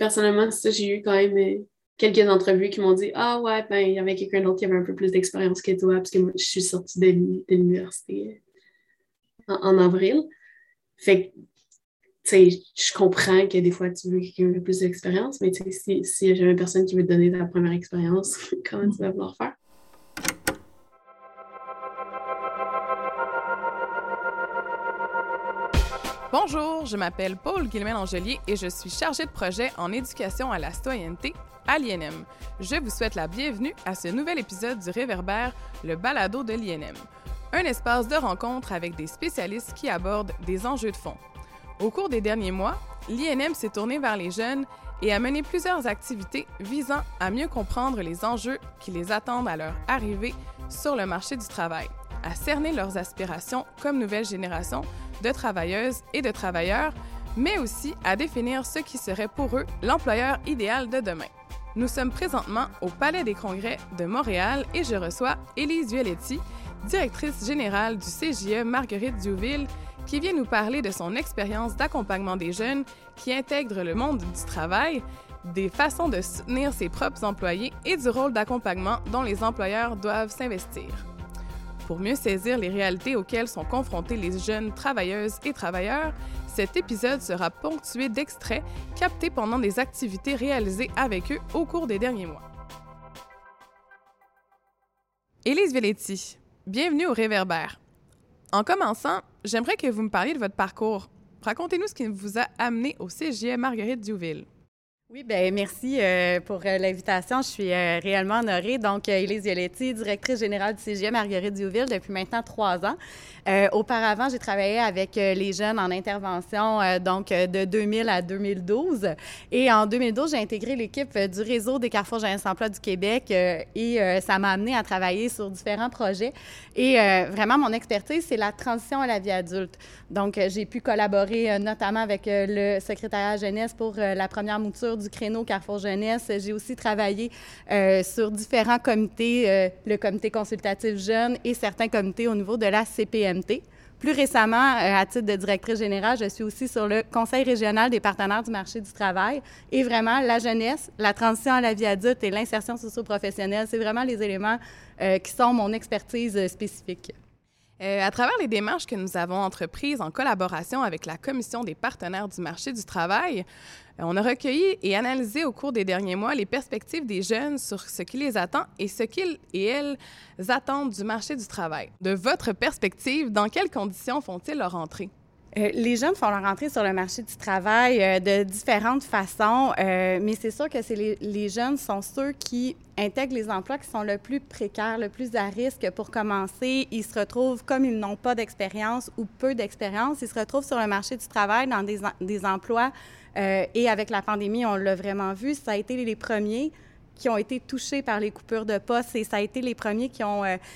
personnellement, ça, j'ai eu quand même quelques entrevues qui m'ont dit « Ah ouais, ben, il y avait quelqu'un d'autre qui avait un peu plus d'expérience que toi, parce que moi, je suis sortie de l'université en avril. » Fait que, tu sais, je comprends que des fois, tu veux quelqu'un qui a plus d'expérience, mais tu sais, s'il y a jamais personne qui veut te donner ta première expérience, comment tu vas vouloir faire? Bonjour, je m'appelle Paul Guillemette-Angelier et je suis chargée de projet en éducation à la citoyenneté à l'INM. Je vous souhaite la bienvenue à ce nouvel épisode du Réverbère, le balado de l'INM. Un espace de rencontre avec des spécialistes qui abordent des enjeux de fond. Au cours des derniers mois, l'INM s'est tourné vers les jeunes et a mené plusieurs activités visant à mieux comprendre les enjeux qui les attendent à leur arrivée sur le marché du travail, à cerner leurs aspirations comme nouvelle génération de travailleuses et de travailleurs, mais aussi à définir ce qui serait pour eux l'employeur idéal de demain. Nous sommes présentement au Palais des Congrès de Montréal et je reçois Élise Violetti, directrice générale du CJE Marguerite Diouville, qui vient nous parler de son expérience d'accompagnement des jeunes qui intègrent le monde du travail, des façons de soutenir ses propres employés et du rôle d'accompagnement dont les employeurs doivent s'investir. Pour mieux saisir les réalités auxquelles sont confrontés les jeunes travailleuses et travailleurs, cet épisode sera ponctué d'extraits captés pendant des activités réalisées avec eux au cours des derniers mois. Élise Violetti, bienvenue au Réverbère. En commençant, j'aimerais que vous me parliez de votre parcours. Racontez-nous ce qui vous a amené au CJE Marguerite Diouville. Oui, bien, merci pour l'invitation. Je suis réellement honorée. Donc, Élise Violetti, directrice générale du CJE Marguerite Diouville depuis maintenant 3 ans. Auparavant, j'ai travaillé avec les jeunes en intervention, donc de 2000 à 2012. Et en 2012, j'ai intégré l'équipe du réseau des Carrefour Jeunesse Emploi du Québec et ça m'a amenée à travailler sur différents projets. Et vraiment, mon expertise, c'est la transition à la vie adulte. Donc, j'ai pu collaborer notamment avec le secrétariat jeunesse pour la première mouture du créneau Carrefour Jeunesse. J'ai aussi travaillé sur différents comités, le comité consultatif jeune et certains comités au niveau de la CPMT. Plus récemment, à titre de directrice générale, je suis aussi sur le Conseil régional des partenaires du marché du travail. Et vraiment, la jeunesse, la transition à la vie adulte et l'insertion socio-professionnelle, c'est vraiment les éléments qui sont mon expertise spécifique. À travers les démarches que nous avons entreprises en collaboration avec la Commission des partenaires du marché du travail, on a recueilli et analysé au cours des derniers mois les perspectives des jeunes sur ce qui les attend et ce qu'ils et elles attendent du marché du travail. De votre perspective, dans quelles conditions font-ils leur entrée? Les jeunes font leur entrée sur le marché du travail de différentes façons, mais c'est sûr que les jeunes sont ceux qui intègrent les emplois qui sont le plus précaires, le plus à risque pour commencer. Ils se retrouvent, comme ils n'ont pas d'expérience ou peu d'expérience, ils se retrouvent sur le marché du travail dans des emplois. Et avec la pandémie, on l'a vraiment vu, ça a été les premiers qui ont été touchés par les coupures de postes et ça a été les premiers qui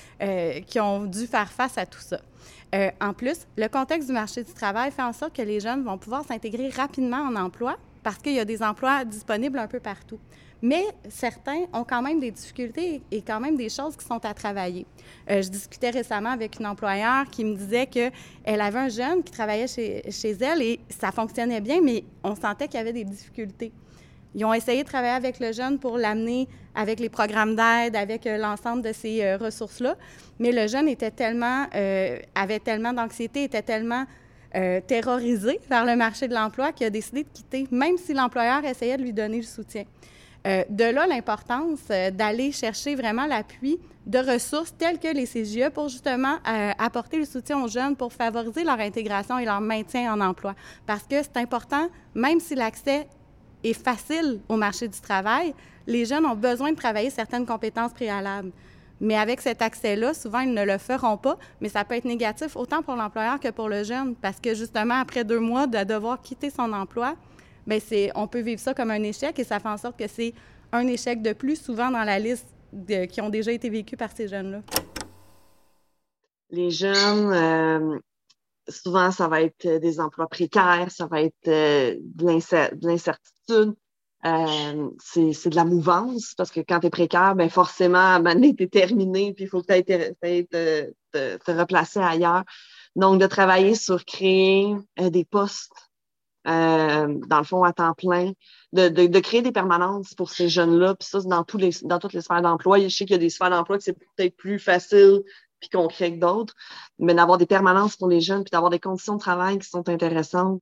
ont dû faire face à tout ça. En plus, le contexte du marché du travail fait en sorte que les jeunes vont pouvoir s'intégrer rapidement en emploi parce qu'il y a des emplois disponibles un peu partout. Mais certains ont quand même des difficultés et quand même des choses qui sont à travailler. Je discutais récemment avec une employeur qui me disait qu'elle avait un jeune qui travaillait chez elle et ça fonctionnait bien, mais on sentait qu'il y avait des difficultés. Ils ont essayé de travailler avec le jeune pour l'amener avec les programmes d'aide, avec l'ensemble de ces ressources-là, mais le jeune avait tellement d'anxiété, était tellement terrorisé par le marché de l'emploi qu'il a décidé de quitter, même si l'employeur essayait de lui donner le soutien. De là, l'importance d'aller chercher vraiment l'appui de ressources telles que les CJE pour justement apporter le soutien aux jeunes pour favoriser leur intégration et leur maintien en emploi. Parce que c'est important, même si l'accès est facile au marché du travail, les jeunes ont besoin de travailler certaines compétences préalables. Mais avec cet accès-là, souvent, ils ne le feront pas, mais ça peut être négatif autant pour l'employeur que pour le jeune, parce que justement, après 2 mois de devoir quitter son emploi, bien, on peut vivre ça comme un échec et ça fait en sorte que c'est un échec de plus souvent dans la liste qui ont déjà été vécus par ces jeunes-là. Les jeunes, souvent, ça va être des emplois précaires, ça va être de l'incertitude, c'est de la mouvance, parce que quand tu es précaire, ben forcément, à un moment donné, tu es terminé, puis il faut que tu ailles te replacer ailleurs. Donc, de travailler sur créer des postes dans le fond, à temps plein, de créer des permanences pour ces jeunes-là. Puis ça, c'est dans toutes les sphères d'emploi. Je sais qu'il y a des sphères d'emploi que c'est peut-être plus facile puis concret que d'autres, mais d'avoir des permanences pour les jeunes puis d'avoir des conditions de travail qui sont intéressantes.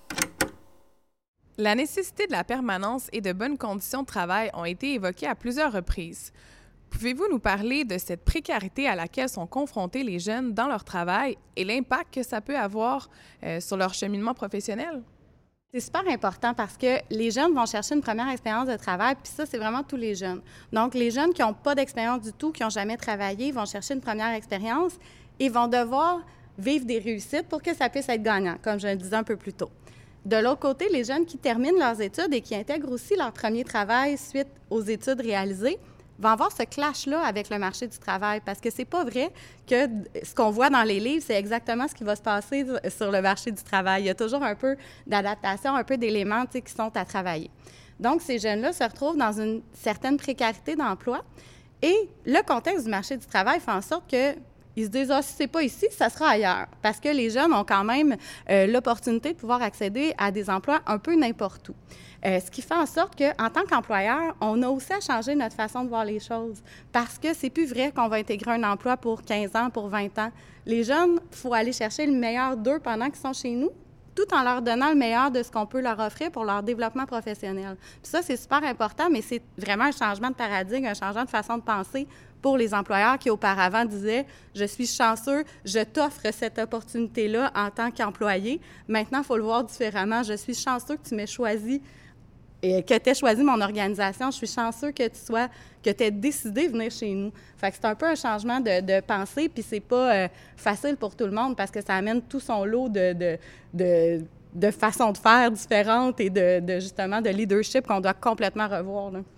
La nécessité de la permanence et de bonnes conditions de travail ont été évoquées à plusieurs reprises. Pouvez-vous nous parler de cette précarité à laquelle sont confrontés les jeunes dans leur travail et l'impact que ça peut avoir sur leur cheminement professionnel? C'est super important parce que les jeunes vont chercher une première expérience de travail, puis ça, c'est vraiment tous les jeunes. Donc, les jeunes qui n'ont pas d'expérience du tout, qui n'ont jamais travaillé, vont chercher une première expérience et vont devoir vivre des réussites pour que ça puisse être gagnant, comme je le disais un peu plus tôt. De l'autre côté, les jeunes qui terminent leurs études et qui intègrent aussi leur premier travail suite aux études réalisées vont avoir ce clash-là avec le marché du travail parce que c'est pas vrai que ce qu'on voit dans les livres, c'est exactement ce qui va se passer sur le marché du travail. Il y a toujours un peu d'adaptation, un peu d'éléments qui sont à travailler. Donc, ces jeunes-là se retrouvent dans une certaine précarité d'emploi et le contexte du marché du travail fait en sorte qu'ils se disent « Ah, si c'est pas ici, ça sera ailleurs ». Parce que les jeunes ont quand même l'opportunité de pouvoir accéder à des emplois un peu n'importe où. Ce qui fait en sorte qu'en tant qu'employeur, on a aussi à changer notre façon de voir les choses parce que c'est plus vrai qu'on va intégrer un emploi pour 15 ans, pour 20 ans. Les jeunes, il faut aller chercher le meilleur d'eux pendant qu'ils sont chez nous, tout en leur donnant le meilleur de ce qu'on peut leur offrir pour leur développement professionnel. Puis ça, c'est super important, mais c'est vraiment un changement de paradigme, un changement de façon de penser pour les employeurs qui auparavant disaient « Je suis chanceux, je t'offre cette opportunité-là en tant qu'employé. Maintenant, il faut le voir différemment. Je suis chanceux que tu m'aies choisi et que tu aies choisi mon organisation, je suis chanceux que tu aies décidé de venir chez nous. » Fait que c'est un peu un changement de pensée, puis c'est pas facile pour tout le monde parce que ça amène tout son lot de façons de faire différentes et justement de leadership qu'on doit complètement revoir, là.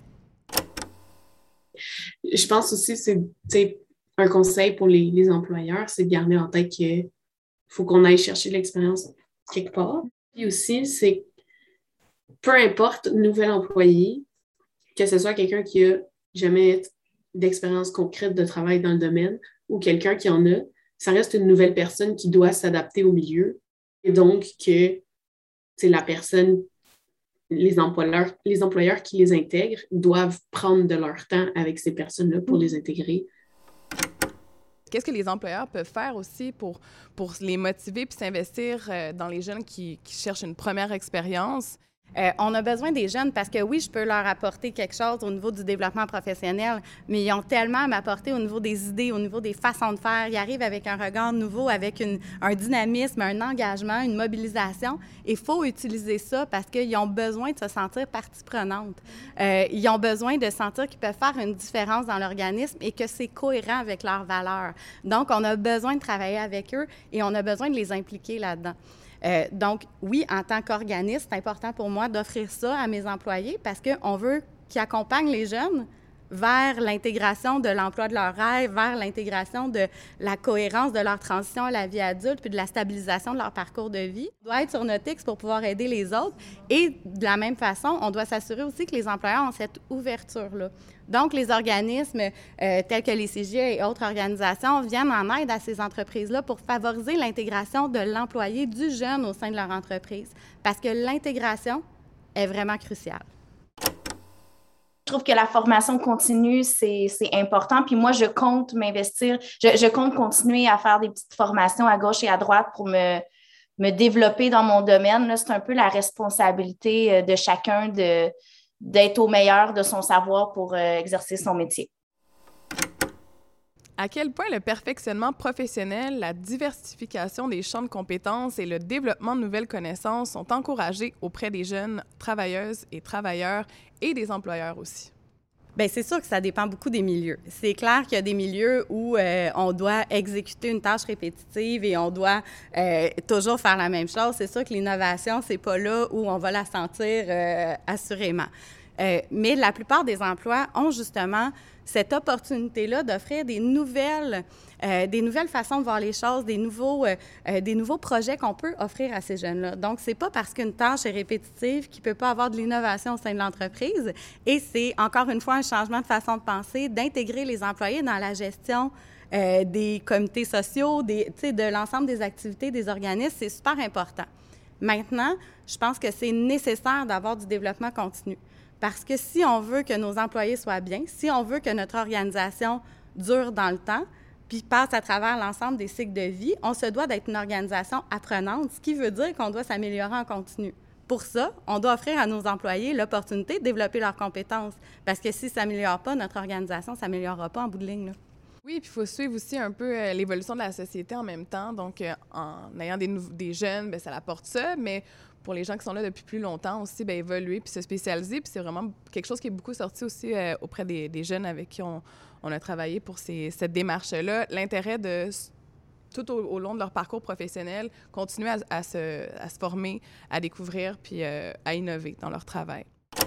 Je pense aussi que c'est un conseil pour les employeurs, c'est de garder en tête qu'il faut qu'on aille chercher l'expérience quelque part. Puis aussi, c'est peu importe nouvel employé, que ce soit quelqu'un qui a jamais d'expérience concrète de travail dans le domaine ou quelqu'un qui en a, ça reste une nouvelle personne qui doit s'adapter au milieu. Et donc, que c'est la personne, les employeurs qui les intègrent doivent prendre de leur temps avec ces personnes-là pour les intégrer. Qu'est-ce que les employeurs peuvent faire aussi pour les motiver puis s'investir dans les jeunes qui cherchent une première expérience? On a besoin des jeunes parce que oui, je peux leur apporter quelque chose au niveau du développement professionnel, mais ils ont tellement à m'apporter au niveau des idées, au niveau des façons de faire. Ils arrivent avec un regard nouveau, avec un dynamisme, un engagement, une mobilisation. Il faut utiliser ça parce qu'ils ont besoin de se sentir partie prenante. Ils ont besoin de sentir qu'ils peuvent faire une différence dans l'organisme et que c'est cohérent avec leurs valeurs. Donc, on a besoin de travailler avec eux et on a besoin de les impliquer là-dedans. Donc, oui, en tant qu'organisme, c'est important pour moi d'offrir ça à mes employés parce qu'on veut qu'ils accompagnent les jeunes vers l'intégration de l'emploi de leur rêve, vers l'intégration de la cohérence de leur transition à la vie adulte puis de la stabilisation de leur parcours de vie. On doit être sur notre X pour pouvoir aider les autres et de la même façon, on doit s'assurer aussi que les employeurs ont cette ouverture-là. Donc, les organismes tels que les CGE et autres organisations viennent en aide à ces entreprises-là pour favoriser l'intégration de l'employé, du jeune au sein de leur entreprise parce que l'intégration est vraiment cruciale. Je trouve que la formation continue, c'est important. Puis moi, je compte m'investir, je compte continuer à faire des petites formations à gauche et à droite pour me développer dans mon domaine. Là, c'est un peu la responsabilité de chacun d'être au meilleur de son savoir pour exercer son métier. À quel point le perfectionnement professionnel, la diversification des champs de compétences et le développement de nouvelles connaissances sont encouragés auprès des jeunes travailleuses et travailleurs et des employeurs aussi? Bien, c'est sûr que ça dépend beaucoup des milieux. C'est clair qu'il y a des milieux où on doit exécuter une tâche répétitive et on doit toujours faire la même chose. C'est sûr que l'innovation, c'est pas là où on va la sentir assurément. Mais la plupart des emplois ont justement cette opportunité-là d'offrir des nouvelles façons de voir les choses, des nouveaux projets qu'on peut offrir à ces jeunes-là. Donc, c'est pas parce qu'une tâche est répétitive qu'il peut pas avoir de l'innovation au sein de l'entreprise. Et c'est, encore une fois, un changement de façon de penser, d'intégrer les employés dans la gestion des comités sociaux, de l'ensemble des activités des organismes. C'est super important. Maintenant, je pense que c'est nécessaire d'avoir du développement continu. Parce que si on veut que nos employés soient bien, si on veut que notre organisation dure dans le temps, puis passe à travers l'ensemble des cycles de vie, on se doit d'être une organisation apprenante, ce qui veut dire qu'on doit s'améliorer en continu. Pour ça, on doit offrir à nos employés l'opportunité de développer leurs compétences. Parce que si ça ne s'améliore pas, notre organisation ne s'améliorera pas en bout de ligne, là. Oui, puis il faut suivre aussi un peu l'évolution de la société en même temps. Donc, en ayant des jeunes, bien, ça apporte ça, mais pour les gens qui sont là depuis plus longtemps aussi, bien, évoluer puis se spécialiser. Puis c'est vraiment quelque chose qui est beaucoup sorti aussi auprès des jeunes avec qui on a travaillé pour cette démarche-là. L'intérêt de, tout au long de leur parcours professionnel, continuer à se former, à découvrir puis à innover dans leur travail.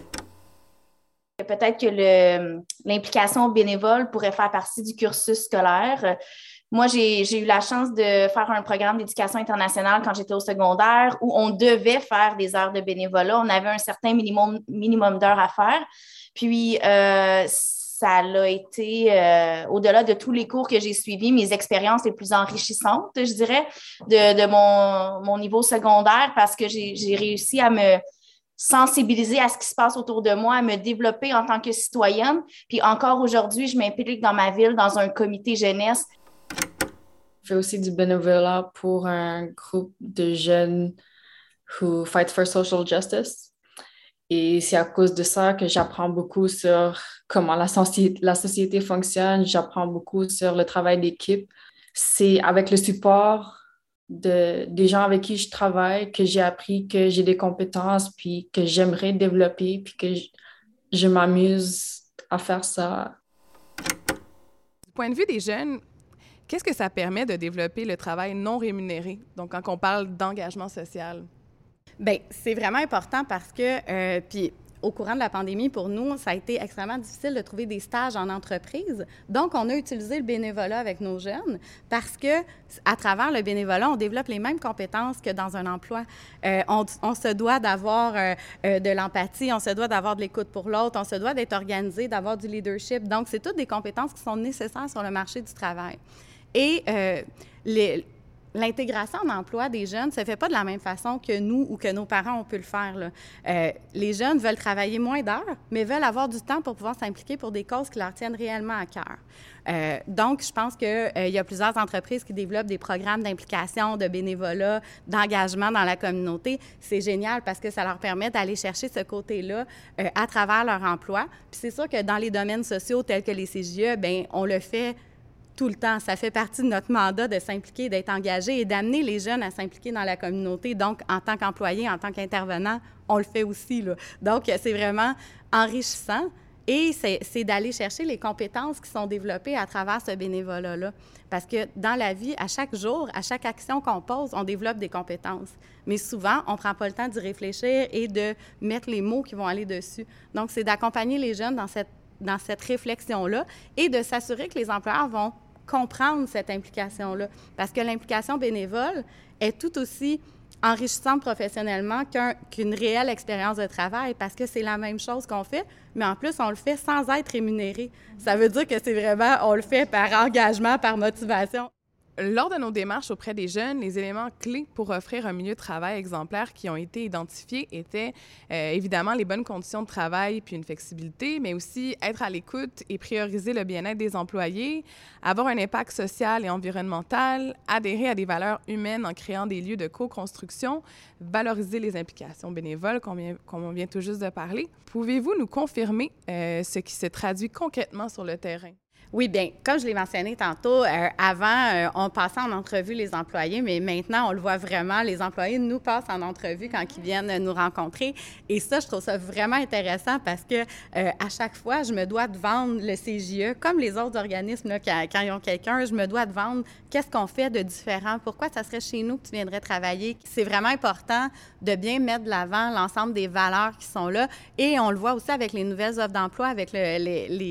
Peut-être que l'implication bénévole pourrait faire partie du cursus scolaire. Moi, j'ai eu la chance de faire un programme d'éducation internationale quand j'étais au secondaire où on devait faire des heures de bénévolat. On avait un certain minimum d'heures à faire. Puis, ça l'a été, au-delà de tous les cours que j'ai suivis, mes expériences les plus enrichissantes, je dirais, de mon niveau secondaire parce que j'ai réussi à me sensibiliser à ce qui se passe autour de moi, à me développer en tant que citoyenne. Puis encore aujourd'hui, je m'implique dans ma ville, dans un comité jeunesse. Je fais aussi du bénévolat pour un groupe de jeunes who fight for social justice. Et c'est à cause de ça que j'apprends beaucoup sur comment la société fonctionne. J'apprends beaucoup sur le travail d'équipe. C'est avec le support des gens avec qui je travaille que j'ai appris que j'ai des compétences puis que j'aimerais développer puis que je m'amuse à faire ça. Du point de vue des jeunes, qu'est-ce que ça permet de développer le travail non rémunéré? Donc, quand on parle d'engagement social. Bien, c'est vraiment important parce que, puis au courant de la pandémie, pour nous, ça a été extrêmement difficile de trouver des stages en entreprise. Donc, on a utilisé le bénévolat avec nos jeunes parce que, à travers le bénévolat, on développe les mêmes compétences que dans un emploi. On se doit d'avoir de l'empathie, on se doit d'avoir de l'écoute pour l'autre, on se doit d'être organisé, d'avoir du leadership. Donc, c'est toutes des compétences qui sont nécessaires sur le marché du travail. Et l'intégration en emploi des jeunes ne se fait pas de la même façon que nous ou que nos parents ont pu le faire, là. Les jeunes veulent travailler moins d'heures, mais veulent avoir du temps pour pouvoir s'impliquer pour des causes qui leur tiennent réellement à cœur. Donc, je pense qu'il y a plusieurs entreprises qui développent des programmes d'implication, de bénévolat, d'engagement dans la communauté. C'est génial parce que ça leur permet d'aller chercher ce côté-là à travers leur emploi. Puis c'est sûr que dans les domaines sociaux tels que les CJE, bien, on le fait tout le temps. Ça fait partie de notre mandat de s'impliquer, d'être engagé et d'amener les jeunes à s'impliquer dans la communauté. Donc, en tant qu'employé, en tant qu'intervenant, on le fait aussi, là. Donc, c'est vraiment enrichissant et c'est d'aller chercher les compétences qui sont développées à travers ce bénévolat-là. Parce que dans la vie, à chaque jour, à chaque action qu'on pose, on développe des compétences. Mais souvent, on ne prend pas le temps d'y réfléchir et de mettre les mots qui vont aller dessus. Donc, c'est d'accompagner les jeunes dans cette réflexion-là et de s'assurer que les employeurs vont comprendre cette implication-là. Parce que l'implication bénévole est tout aussi enrichissante professionnellement qu'une réelle expérience de travail parce que c'est la même chose qu'on fait, mais en plus, on le fait sans être rémunéré. Ça veut dire que c'est vraiment, on le fait par engagement, par motivation. Lors de nos démarches auprès des jeunes, les éléments clés pour offrir un milieu de travail exemplaire qui ont été identifiés étaient évidemment les bonnes conditions de travail puis une flexibilité, mais aussi être à l'écoute et prioriser le bien-être des employés, avoir un impact social et environnemental, adhérer à des valeurs humaines en créant des lieux de co-construction, valoriser les implications bénévoles, comme on vient tout juste de parler. Pouvez-vous nous confirmer ce qui se traduit concrètement sur le terrain? Oui, bien, comme je l'ai mentionné tantôt, avant, on passait en entrevue les employés, mais maintenant, on le voit vraiment, les employés nous passent en entrevue quand ils viennent nous rencontrer. Et ça, je trouve ça vraiment intéressant parce que à chaque fois, je me dois de vendre le CJE, comme les autres organismes, là, quand ils ont quelqu'un, je me dois de vendre qu'est-ce qu'on fait de différent, pourquoi ça serait chez nous que tu viendrais travailler. C'est vraiment important de bien mettre de l'avant l'ensemble des valeurs qui sont là. Et on le voit aussi avec les nouvelles offres d'emploi, avec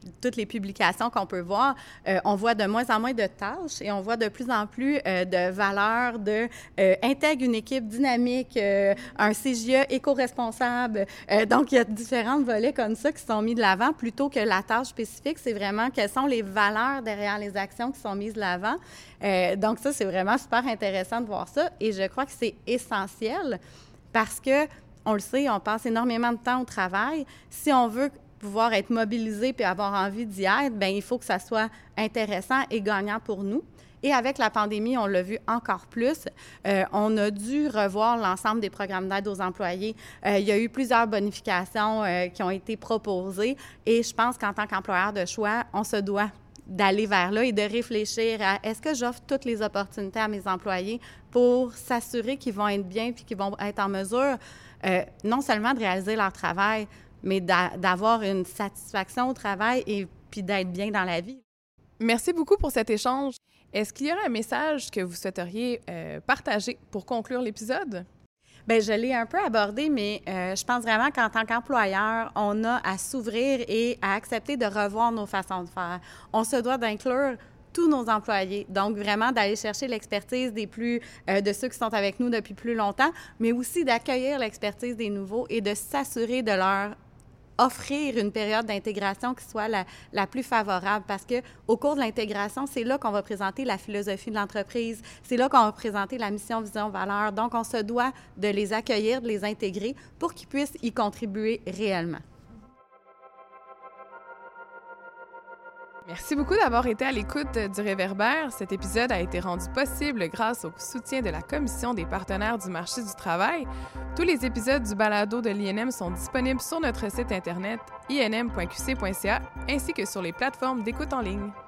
toutes les publications qu'on peut voir, on voit de moins en moins de tâches et on voit de plus en plus de valeurs intègre une équipe dynamique, un CJE éco-responsable. Donc, il y a différents volets comme ça qui sont mis de l'avant plutôt que la tâche spécifique. C'est vraiment quelles sont les valeurs derrière les actions qui sont mises de l'avant. Donc, ça, c'est vraiment super intéressant de voir ça et je crois que c'est essentiel parce que, on le sait, on passe énormément de temps au travail. Si on veut pouvoir être mobilisé puis avoir envie d'y être, bien, il faut que ça soit intéressant et gagnant pour nous. Et avec la pandémie, on l'a vu encore plus. On a dû revoir l'ensemble des programmes d'aide aux employés. Il y a eu plusieurs bonifications qui ont été proposées et je pense qu'en tant qu'employeur de choix, on se doit d'aller vers là et de réfléchir à est-ce que j'offre toutes les opportunités à mes employés pour s'assurer qu'ils vont être bien puis qu'ils vont être en mesure non seulement de réaliser leur travail, mais d'avoir une satisfaction au travail et puis d'être bien dans la vie. Merci beaucoup pour cet échange. Est-ce qu'il y aurait un message que vous souhaiteriez partager pour conclure l'épisode? Bien, je l'ai un peu abordé, mais je pense vraiment qu'en tant qu'employeur, on a à s'ouvrir et à accepter de revoir nos façons de faire. On se doit d'inclure tous nos employés, donc vraiment d'aller chercher l'expertise de ceux qui sont avec nous depuis plus longtemps, mais aussi d'accueillir l'expertise des nouveaux et de s'assurer de leur offrir une période d'intégration qui soit la plus favorable parce qu'au cours de l'intégration, c'est là qu'on va présenter la philosophie de l'entreprise, c'est là qu'on va présenter la mission, vision, valeur. Donc, on se doit de les accueillir, de les intégrer pour qu'ils puissent y contribuer réellement. Merci beaucoup d'avoir été à l'écoute du Réverbère. Cet épisode a été rendu possible grâce au soutien de la Commission des partenaires du marché du travail. Tous les épisodes du balado de l'INM sont disponibles sur notre site Internet inm.qc.ca ainsi que sur les plateformes d'écoute en ligne.